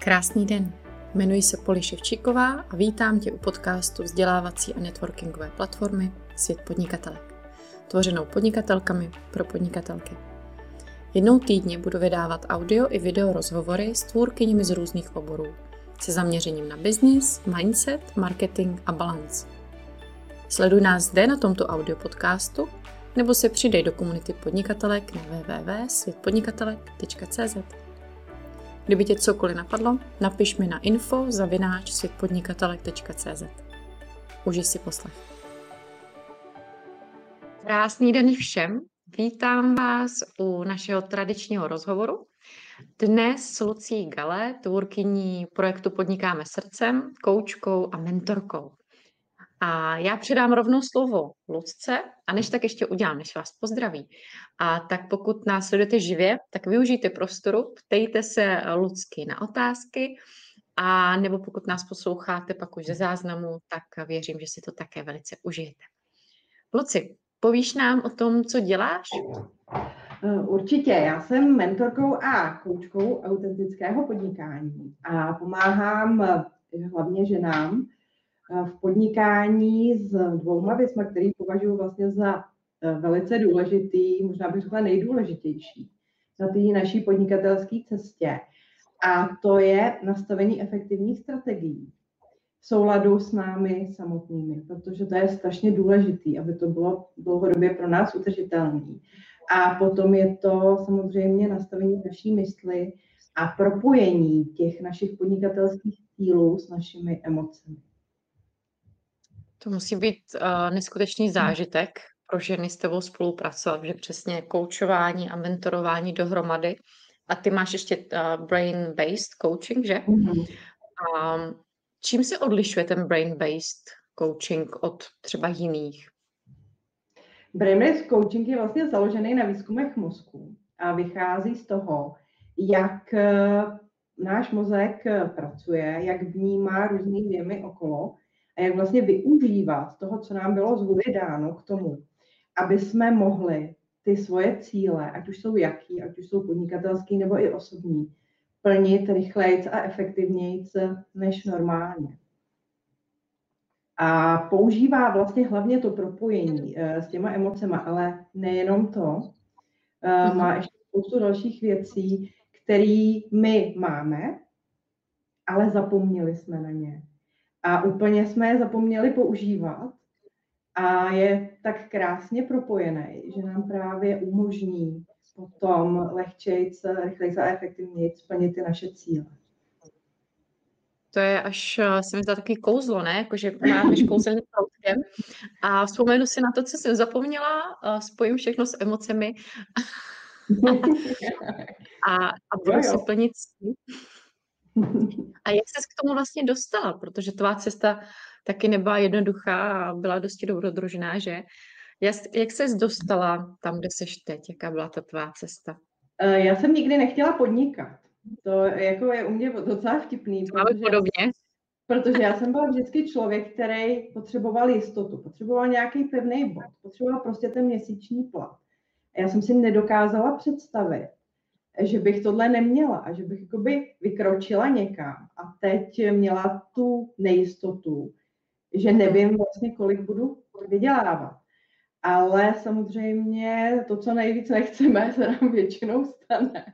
Krásný den, jmenuji se Poli Ševčíková a vítám tě u podcastu vzdělávací a networkingové platformy Svět podnikatelek, tvořenou podnikatelkami pro podnikatelky. Jednou týdně budu vydávat audio i video rozhovory s tvůrkyněmi z různých oborů, se zaměřením na business, mindset, marketing a balance. Sleduj nás zde na tomto audio podcastu nebo se přidej do komunity podnikatelek na www.světpodnikatelek.cz. Kdyby tě cokoliv napadlo, napiš mi na info@světpodnikatelek.cz. Užij si poslech. Krásný den všem. Vítám vás u našeho tradičního rozhovoru. Dnes s Lucí Gale, tvůrkyní projektu Podnikáme srdcem, koučkou a mentorkou. A já předám rovnou slovo Lucce a než tak ještě udělám, než vás pozdraví. A tak pokud nás sledujete živě, tak využijte prostoru, ptejte se Lucky na otázky a nebo pokud nás posloucháte pak už ze záznamu, tak věřím, že si to také velice užijete. Luci, povíš nám o tom, co děláš? Určitě, já jsem mentorkou a koučkou autentického podnikání a pomáhám hlavně ženám v podnikání s dvouma věcmi, které považuji vlastně za velice důležitý, možná bych řekla nejdůležitější na té naší podnikatelské cestě. A to je nastavení efektivních strategií v souladu s námi samotnými, protože to je strašně důležitý, aby to bylo dlouhodobě pro nás udržitelné. A potom je to samozřejmě nastavení naší mysli a propojení těch našich podnikatelských cílů s našimi emocemi. To musí být neskutečný zážitek pro ženy s tebou spolupracovat, že přesně koučování a mentorování dohromady. A ty máš ještě brain-based coaching, že? Mm-hmm. A čím se odlišuje ten brain-based coaching od třeba jiných? Brain-based coaching je vlastně založený na výzkumech mozku a vychází z toho, jak náš mozek pracuje, jak vnímá různý věmy okolo a jak vlastně využívat toho, co nám bylo zvůli dáno k tomu, aby jsme mohli ty svoje cíle, ať už jsou jaký, ať už jsou podnikatelský nebo i osobní, plnit rychlejc a efektivnějc než normálně. A používá vlastně hlavně to propojení s těma emocema, ale nejenom to. Má ještě spoustu dalších věcí, které my máme, ale zapomněli jsme na ně. A úplně jsme je zapomněli používat a je tak krásně propojený, že nám právě umožní potom lehčejc, rychlejc a efektivněji splnit ty naše cíle. To je až, si mi zdá, takový kouzlo, ne? Jakože máš kouzelný proutkem a vzpomenu si na to, co jsem zapomněla, spojím všechno s emocemi a budu si plnit cíl. A jak ses k tomu vlastně dostala? Protože tvá cesta taky nebyla jednoduchá a byla dosti dobrodružná, že? Jak ses dostala tam, kde seš teď? Jaká byla ta tvá cesta? Já jsem nikdy nechtěla podnikat. To jako je u mě docela vtipný. Protože já jsem byla vždycky člověk, který potřeboval jistotu, potřeboval nějaký pevný bod, potřeboval prostě ten měsíční plat. A já jsem si nedokázala představit, že bych tohle neměla a že bych jakoby vykročila někam a teď měla tu nejistotu, že nevím vlastně, kolik budu vydělávat. Ale samozřejmě to, co nejvíc nechceme, se nám většinou stane.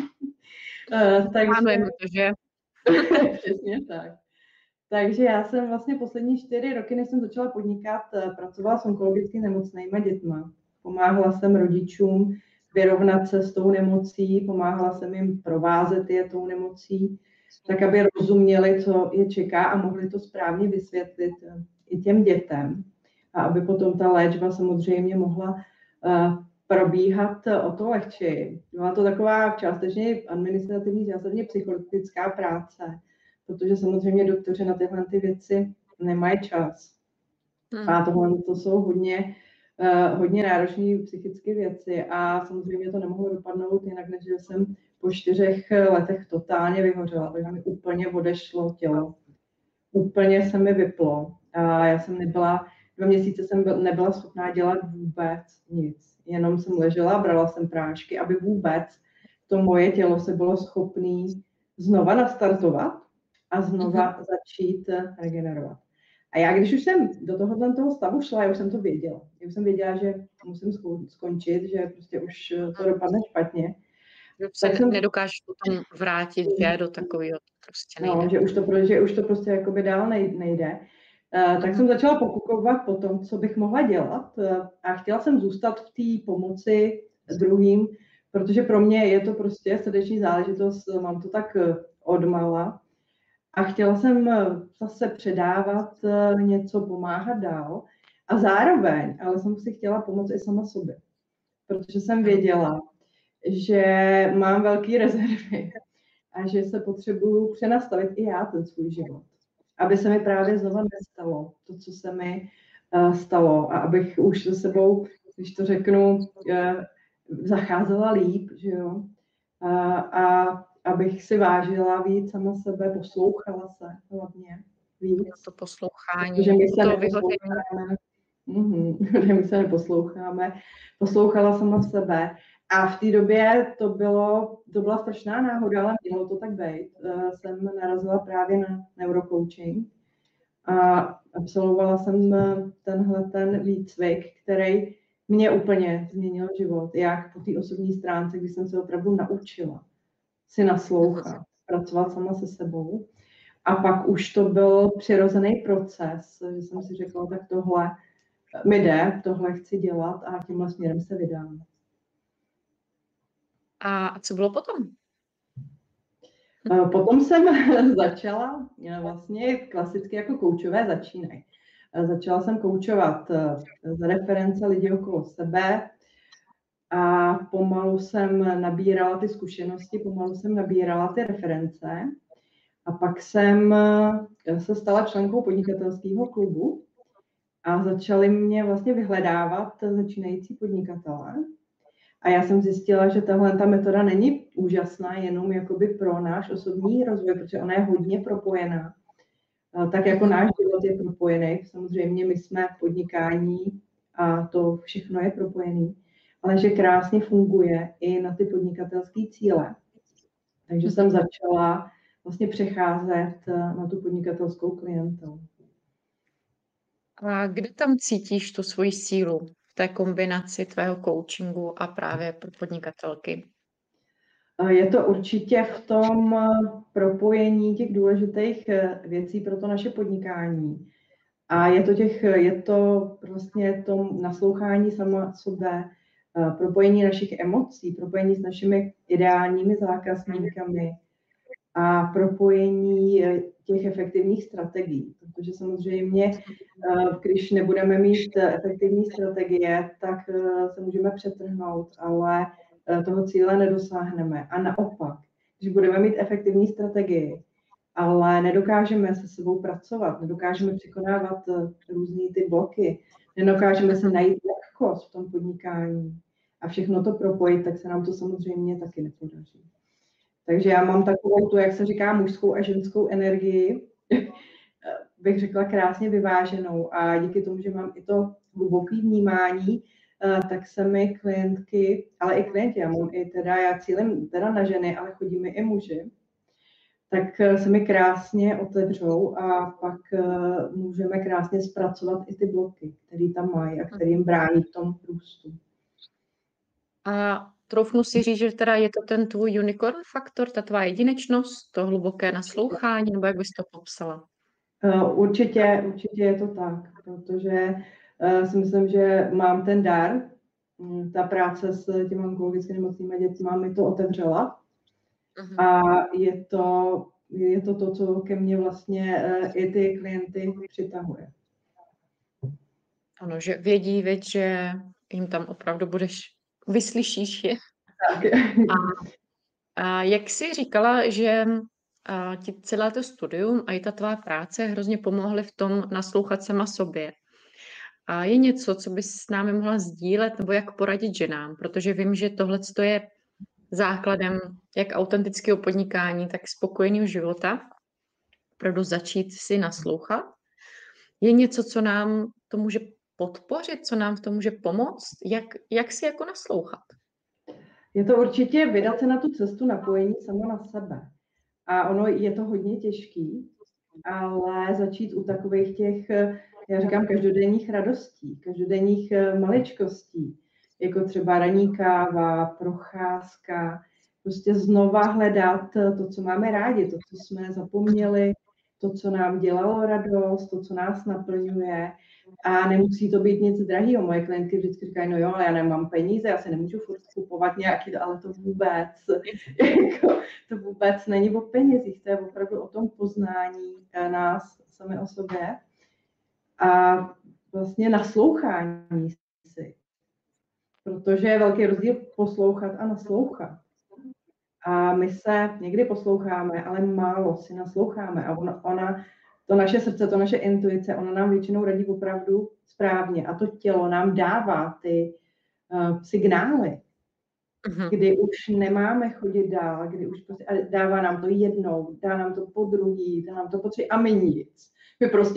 Takže přesně tak. Takže já jsem vlastně poslední 4 roky, než jsem začala podnikat, pracovala s onkologicky nemocnýma dětma. Pomáhala jsem rodičům vyrovnat se s tou nemocí, pomáhala jsem jim provázet je tou nemocí, tak aby rozuměli, co je čeká a mohli to správně vysvětlit i těm dětem. A aby potom ta léčba samozřejmě mohla probíhat o to lehčeji. Byla to taková částečně administrativní, částečně psychologická práce, protože samozřejmě doktoři na tyhle ty věci nemají čas. A tohle to jsou hodně náročné psychické věci a samozřejmě to nemohlo dopadnout jinak, než že jsem po 4 letech totálně vyhořela, protože mi úplně odešlo tělo. Úplně se mi vyplo a já jsem 2 měsíce jsem nebyla schopná dělat vůbec nic. Jenom jsem ležela, brala jsem prášky, aby vůbec to moje tělo se bylo schopné znova nastartovat a znova začít regenerovat. A já, když už jsem do toho stavu šla, já už jsem to věděla. Já už jsem věděla, že musím skončit, že prostě už to dopadne špatně. Tak se nedokážeš potom vrátit, že do takového prostě nejde. No, že už to prostě jakoby dál nejde. Tak jsem začala pokukovat po tom, co bych mohla dělat a chtěla jsem zůstat v té pomoci druhým, protože pro mě je to prostě srdeční záležitost, mám to tak odmala a chtěla jsem zase předávat něco, pomáhat dál a zároveň, ale jsem si chtěla pomoct i sama sobě, protože jsem věděla, že mám velké rezervy a že se potřebuju přenastavit i já ten svůj život, aby se mi právě znova nestalo to, co se mi stalo a abych už se sebou, když to řeknu, zacházela líp, že jo, a abych si vážila víc sama sebe, poslouchala se hlavně víc. To poslouchání, protože my se to neposloucháme. My se neposloucháme. Poslouchala sama sebe. A v té době to byla strašná náhoda, ale mělo to tak být. Jsem narazila právě na neurocoaching a absolvovala jsem ten výcvik, který mě úplně změnil život. Jak po té osobní stránce, když jsem se opravdu naučila si naslouchat, pracovat sama se sebou. A pak už to byl přirozený proces, že jsem si řekla, tak tohle mi jde, tohle chci dělat a tímhle směrem se vydám. A co bylo potom? Potom jsem začala vlastně klasicky jako koučové začínají. Začala jsem koučovat z reference lidí okolo sebe a pomalu jsem nabírala ty zkušenosti, pomalu jsem nabírala ty reference a pak jsem se stala členkou podnikatelského klubu a začali mě vlastně vyhledávat začínající podnikatelé. A já jsem zjistila, že ta metoda není úžasná jenom jakoby pro náš osobní rozvoj, protože ona je hodně propojená. Tak jako náš život je propojený, samozřejmě my jsme v podnikání a to všechno je propojené, ale že krásně funguje i na ty podnikatelské cíle. Takže jsem začala vlastně přecházet na tu podnikatelskou klientelu. A kde tam cítíš tu svoji sílu v té kombinaci tvého coachingu a právě pro podnikatelky? Je to určitě v tom propojení těch důležitých věcí pro to naše podnikání. A je to vlastně to naslouchání sama sebe, propojení našich emocí, propojení s našimi ideálními zákazníkami a propojení těch efektivních strategií. Protože samozřejmě, když nebudeme mít efektivní strategie, tak se můžeme přetrhnout, ale toho cíle nedosáhneme. A naopak, když budeme mít efektivní strategii, ale nedokážeme se sebou pracovat, nedokážeme překonávat různé ty bloky, nedokážeme se najít lehkost v tom podnikání a všechno to propojit, tak se nám to samozřejmě taky nepodaří. Takže já mám takovou tu, jak se říká, mužskou a ženskou energii, bych řekla krásně vyváženou a díky tomu, že mám i to hluboké vnímání, tak se mi klientky, ale i klienti, já cílím na ženy, ale chodí mi i muži, tak se mi krásně otevřou a pak můžeme krásně zpracovat i ty bloky, které tam mají a které jim brání v tom růstu. A troufnu si říct, že teda je to ten tvůj unicorn faktor, ta tvá jedinečnost, to hluboké naslouchání, nebo jak bys to popsala? Určitě je to tak, protože si myslím, že mám ten dar, ta práce s těmi onkologicky nemocnými dětmi mi to otevřela a je to, co ke mně vlastně i ty klienty přitahuje. Ano, že vědí, že jim tam opravdu vyslyšíš je. Tak. A jak jsi říkala, že ti celé to studium a i ta tvá práce hrozně pomohly v tom naslouchat sama sobě. A je něco, co bys s námi mohla sdílet nebo jak poradit ženám, protože vím, že tohle je základem jak autentického podnikání, tak spokojeného života. Opravdu začít si naslouchat. Je něco, co nám to může podpořit, co nám v tom může pomoct? Jak si jako naslouchat? Je to určitě vydat se na tu cestu napojení sama na sebe. A ono je to hodně těžký, ale začít u takových těch, já říkám, každodenních radostí, každodenních maličkostí, jako třeba ranní káva, procházka, prostě znova hledat to, co máme rádi, to, co jsme zapomněli, to, co nám dělalo radost, to, co nás naplňuje. A nemusí to být nic drahého. Moje klientky vždycky říkají, no jo, ale já nemám peníze, já si nemůžu furt kupovat nějaký, ale to vůbec, jako, to vůbec není o penězích, to je opravdu o tom poznání nás sami o sobě a vlastně naslouchání si. Protože je velký rozdíl poslouchat a naslouchat. A my se někdy posloucháme, ale málo si nasloucháme. A to naše srdce, to naše intuice, ona nám většinou radí opravdu správně. A to tělo nám dává ty signály, kdy už nemáme chodit dál, kdy už prostě, dává nám to jednou, dá nám to po druhý, dá nám to po tři a my nic. My prostě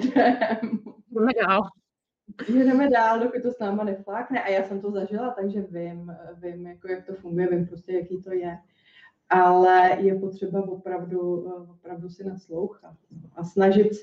jedeme dál, dokud to s náma neflákne. A já jsem to zažila, takže vím jako jak to funguje, vím prostě, jaký to je. Ale je potřeba opravdu si naslouchat a snažit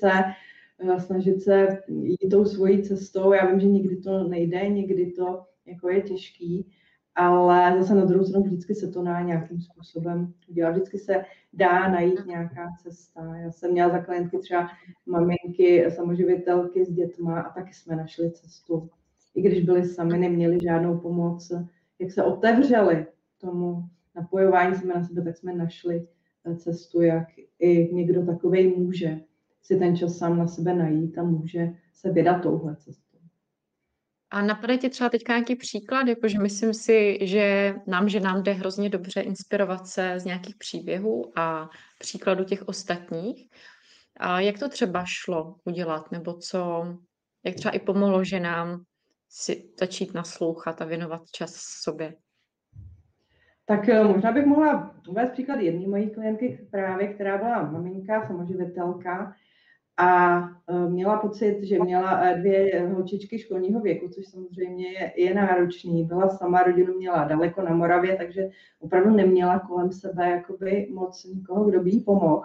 se jít tou svojí cestou. Já vím, že někdy to nejde, někdy to jako je těžký, ale zase na druhou stranu vždycky se to dá nějakým způsobem udělat. Vždycky se dá najít nějaká cesta. Já jsem měla za klientky třeba maminky, samoživitelky s dětma a taky jsme našli cestu. I když byli sami, neměli žádnou pomoc, jak se otevřeli tomu napojování jsme na sebe, tak jsme našli cestu, jak i někdo takovej může si ten čas sám na sebe najít a může se vydat touhle cestou. A napadají ti třeba teďka nějaký příklad, jakože myslím si, že nám jde hrozně dobře inspirovat se z nějakých příběhů a příkladů těch ostatních. A jak to třeba šlo udělat, nebo jak třeba i pomohlo ženám si začít naslouchat a věnovat čas sobě? Tak možná bych mohla uvést příklad jedné mojí klientky právě, která byla maminka, samoživitelka a měla pocit, že měla 2 holčičky školního věku, což samozřejmě je náročný. Byla sama, rodinu měla daleko na Moravě, takže opravdu neměla kolem sebe jakoby moc nikoho, kdo by jí pomohl.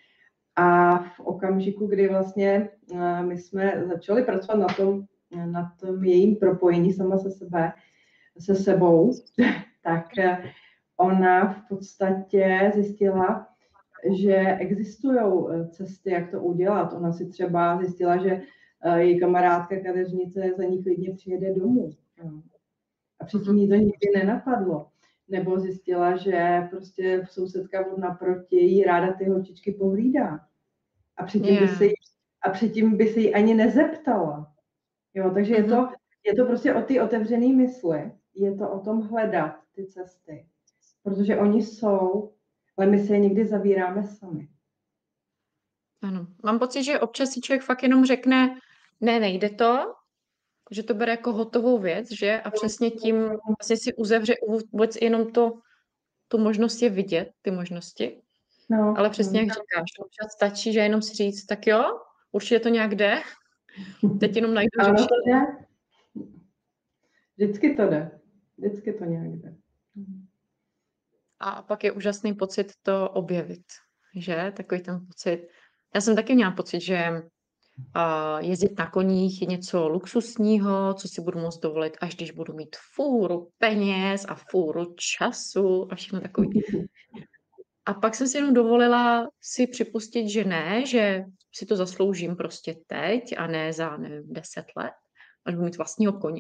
A v okamžiku, kdy vlastně my jsme začali pracovat na tom jejím propojení sama se sebou, tak ona v podstatě zjistila, že existují cesty, jak to udělat. Ona si třeba zjistila, že její kamarádka kadeřnice za ní klidně přijede domů. A předtím jí to nikdy nenapadlo. Nebo zjistila, že prostě sousedka od naproti jí ráda ty holčičky pohlídá. A předtím by se jí ani nezeptala. Jo, takže je to prostě o ty otevřené mysli. Je to o tom hledat ty cesty. Protože oni jsou, ale my se je někdy zavíráme sami. Ano. Mám pocit, že občas si člověk fakt jenom řekne, ne, nejde to, že to bere jako hotovou věc, že? A přesně tím vlastně si uzavře vůbec jenom tu možnost je vidět, ty možnosti. No, ale přesně jak říkáš, občas stačí, že jenom si říct, tak jo, určitě to nějak jde, teď jenom najdu řešení. Vždycky to jde. Vždycky to nějak jde. A pak je úžasný pocit to objevit, že? Takový ten pocit. Já jsem taky měla pocit, že jezdit na koních je něco luxusního, co si budu moct dovolit, až když budu mít fůru peněz a fůru času a všechno takový. A pak jsem si jenom dovolila si připustit, že ne, že si to zasloužím prostě teď a ne za, nevím, 10 let, až budu mít vlastního koně.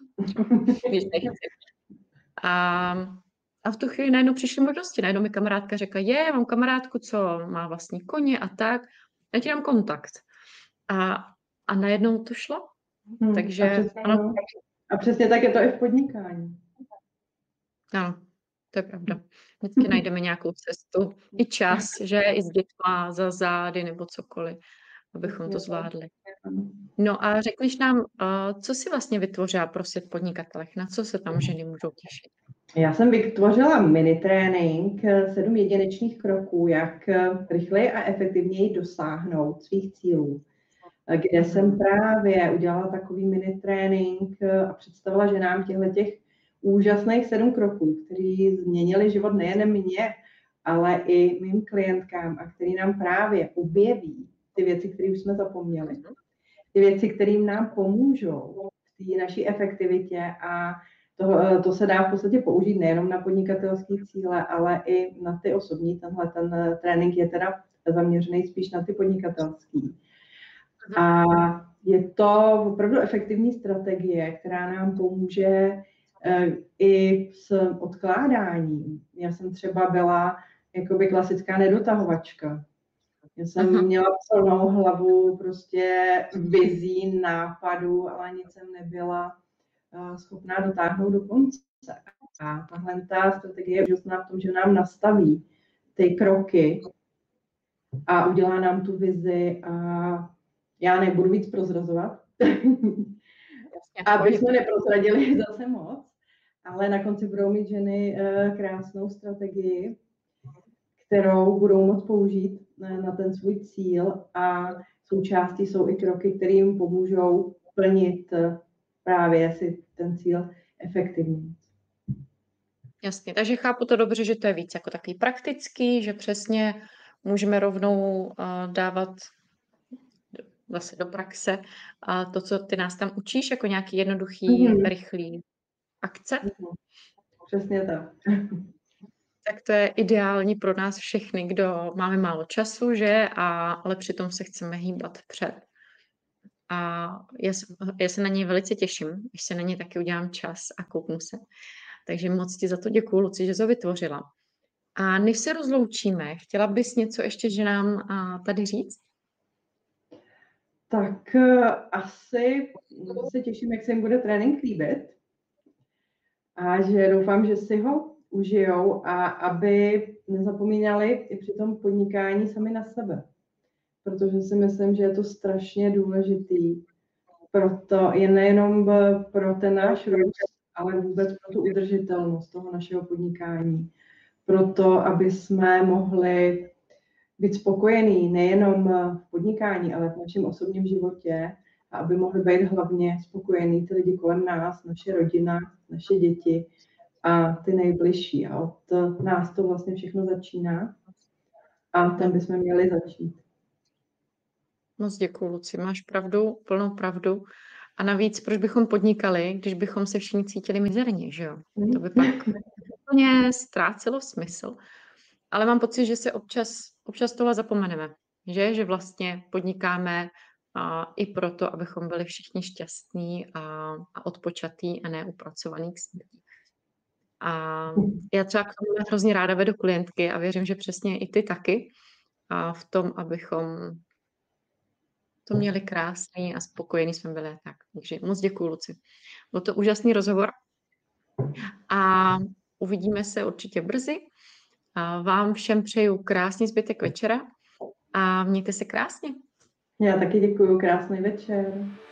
A v tu chvíli najednou přišly možnosti. Najednou mi kamarádka řekla, mám kamarádku, co má vlastní koně a tak. Já ti dám kontakt. A najednou to šlo. Takže a přesně tak je to i v podnikání. Ano, to je pravda. Vždycky najdeme nějakou cestu, i čas, že i s dětma za zády nebo cokoliv, abychom to zvládli. No a řekneš nám, co jsi vlastně vytvořila pro svět podnikatelek? Na co se tam ženy můžou těšit? Já jsem vytvořila mini trénink 7 jedinečných kroků, jak rychleji a efektivněji dosáhnout svých cílů, kde jsem právě udělala takový mini trénink a představila ženám těch úžasných 7 kroků, který změnili život nejen mě, ale i mým klientkám, a který nám právě objeví ty věci, které už jsme zapomněli. Ty věci, kterým nám pomůžou v té naší efektivitě, a to se dá v podstatě použít nejenom na podnikatelské cíle, ale i na ty osobní. Ten trénink je teda zaměřený spíš na ty podnikatelský. A je to opravdu efektivní strategie, která nám pomůže i s odkládáním. Já jsem třeba byla jakoby klasická nedotahovačka. Já jsem měla plnou hlavu prostě vizí, nápadů, ale nic jsem nebyla schopná dotáhnout do konce. A tahle ta strategie je úžasná v tom, že nám nastaví ty kroky a udělá nám tu vizi. A já nebudu víc prozrazovat, aby jsme neprozradili zase moc, ale na konci budou mít ženy krásnou strategii, kterou budou moct použít na ten svůj cíl, a součástí jsou i kroky, které jim pomůžou plnit právě si ten cíl efektivně. Jasně, takže chápu to dobře, že to je víc jako takový praktický, že přesně můžeme rovnou dávat zase do praxe to, co ty nás tam učíš, jako nějaký jednoduchý, rychlý akce. Přesně tak. Tak to je ideální pro nás všechny, kdo máme málo času, že? Ale přitom se chceme hýbat vpřed. A já se na něj velice těším, když se na něj taky udělám čas a kouknu se. Takže moc ti za to děkuju, Luci, že jsi to vytvořila. A než se rozloučíme, chtěla bys něco ještě ženám tady říct? Tak asi se těším, jak se jim bude trénink líbit. A že doufám, že si ho užijou a aby nezapomínali i při tom podnikání sami na sebe. Protože si myslím, že je to strašně důležitý. Proto je nejenom pro ten náš růst, ale vůbec pro tu udržitelnost toho našeho podnikání. Proto, aby jsme mohli být spokojení nejenom v podnikání, ale v našem osobním životě, a aby mohli být hlavně spokojení ty lidi kolem nás, naše rodina, naše děti a ty nejbližší. A od nás to vlastně všechno začíná a tam bychom měli začít. Moc děkuju, Luci, máš pravdu, plnou pravdu. A navíc, proč bychom podnikali, když bychom se všichni cítili mizerně, že jo? To by pak úplně ztrácelo smysl. Ale mám pocit, že se občas tohle zapomeneme, že vlastně podnikáme i proto, abychom byli všichni šťastní a odpočatí a ne upracovaný k smrti. A já třeba k tomu hrozně ráda vedu klientky a věřím, že přesně i ty taky, a v tom, abychom to měli krásný a spokojený jsme byli tak. Takže moc děkuju, Luci. Byl to úžasný rozhovor a uvidíme se určitě brzy. A vám všem přeju krásný zbytek večera a mějte se krásně. Já taky děkuju, krásný večer.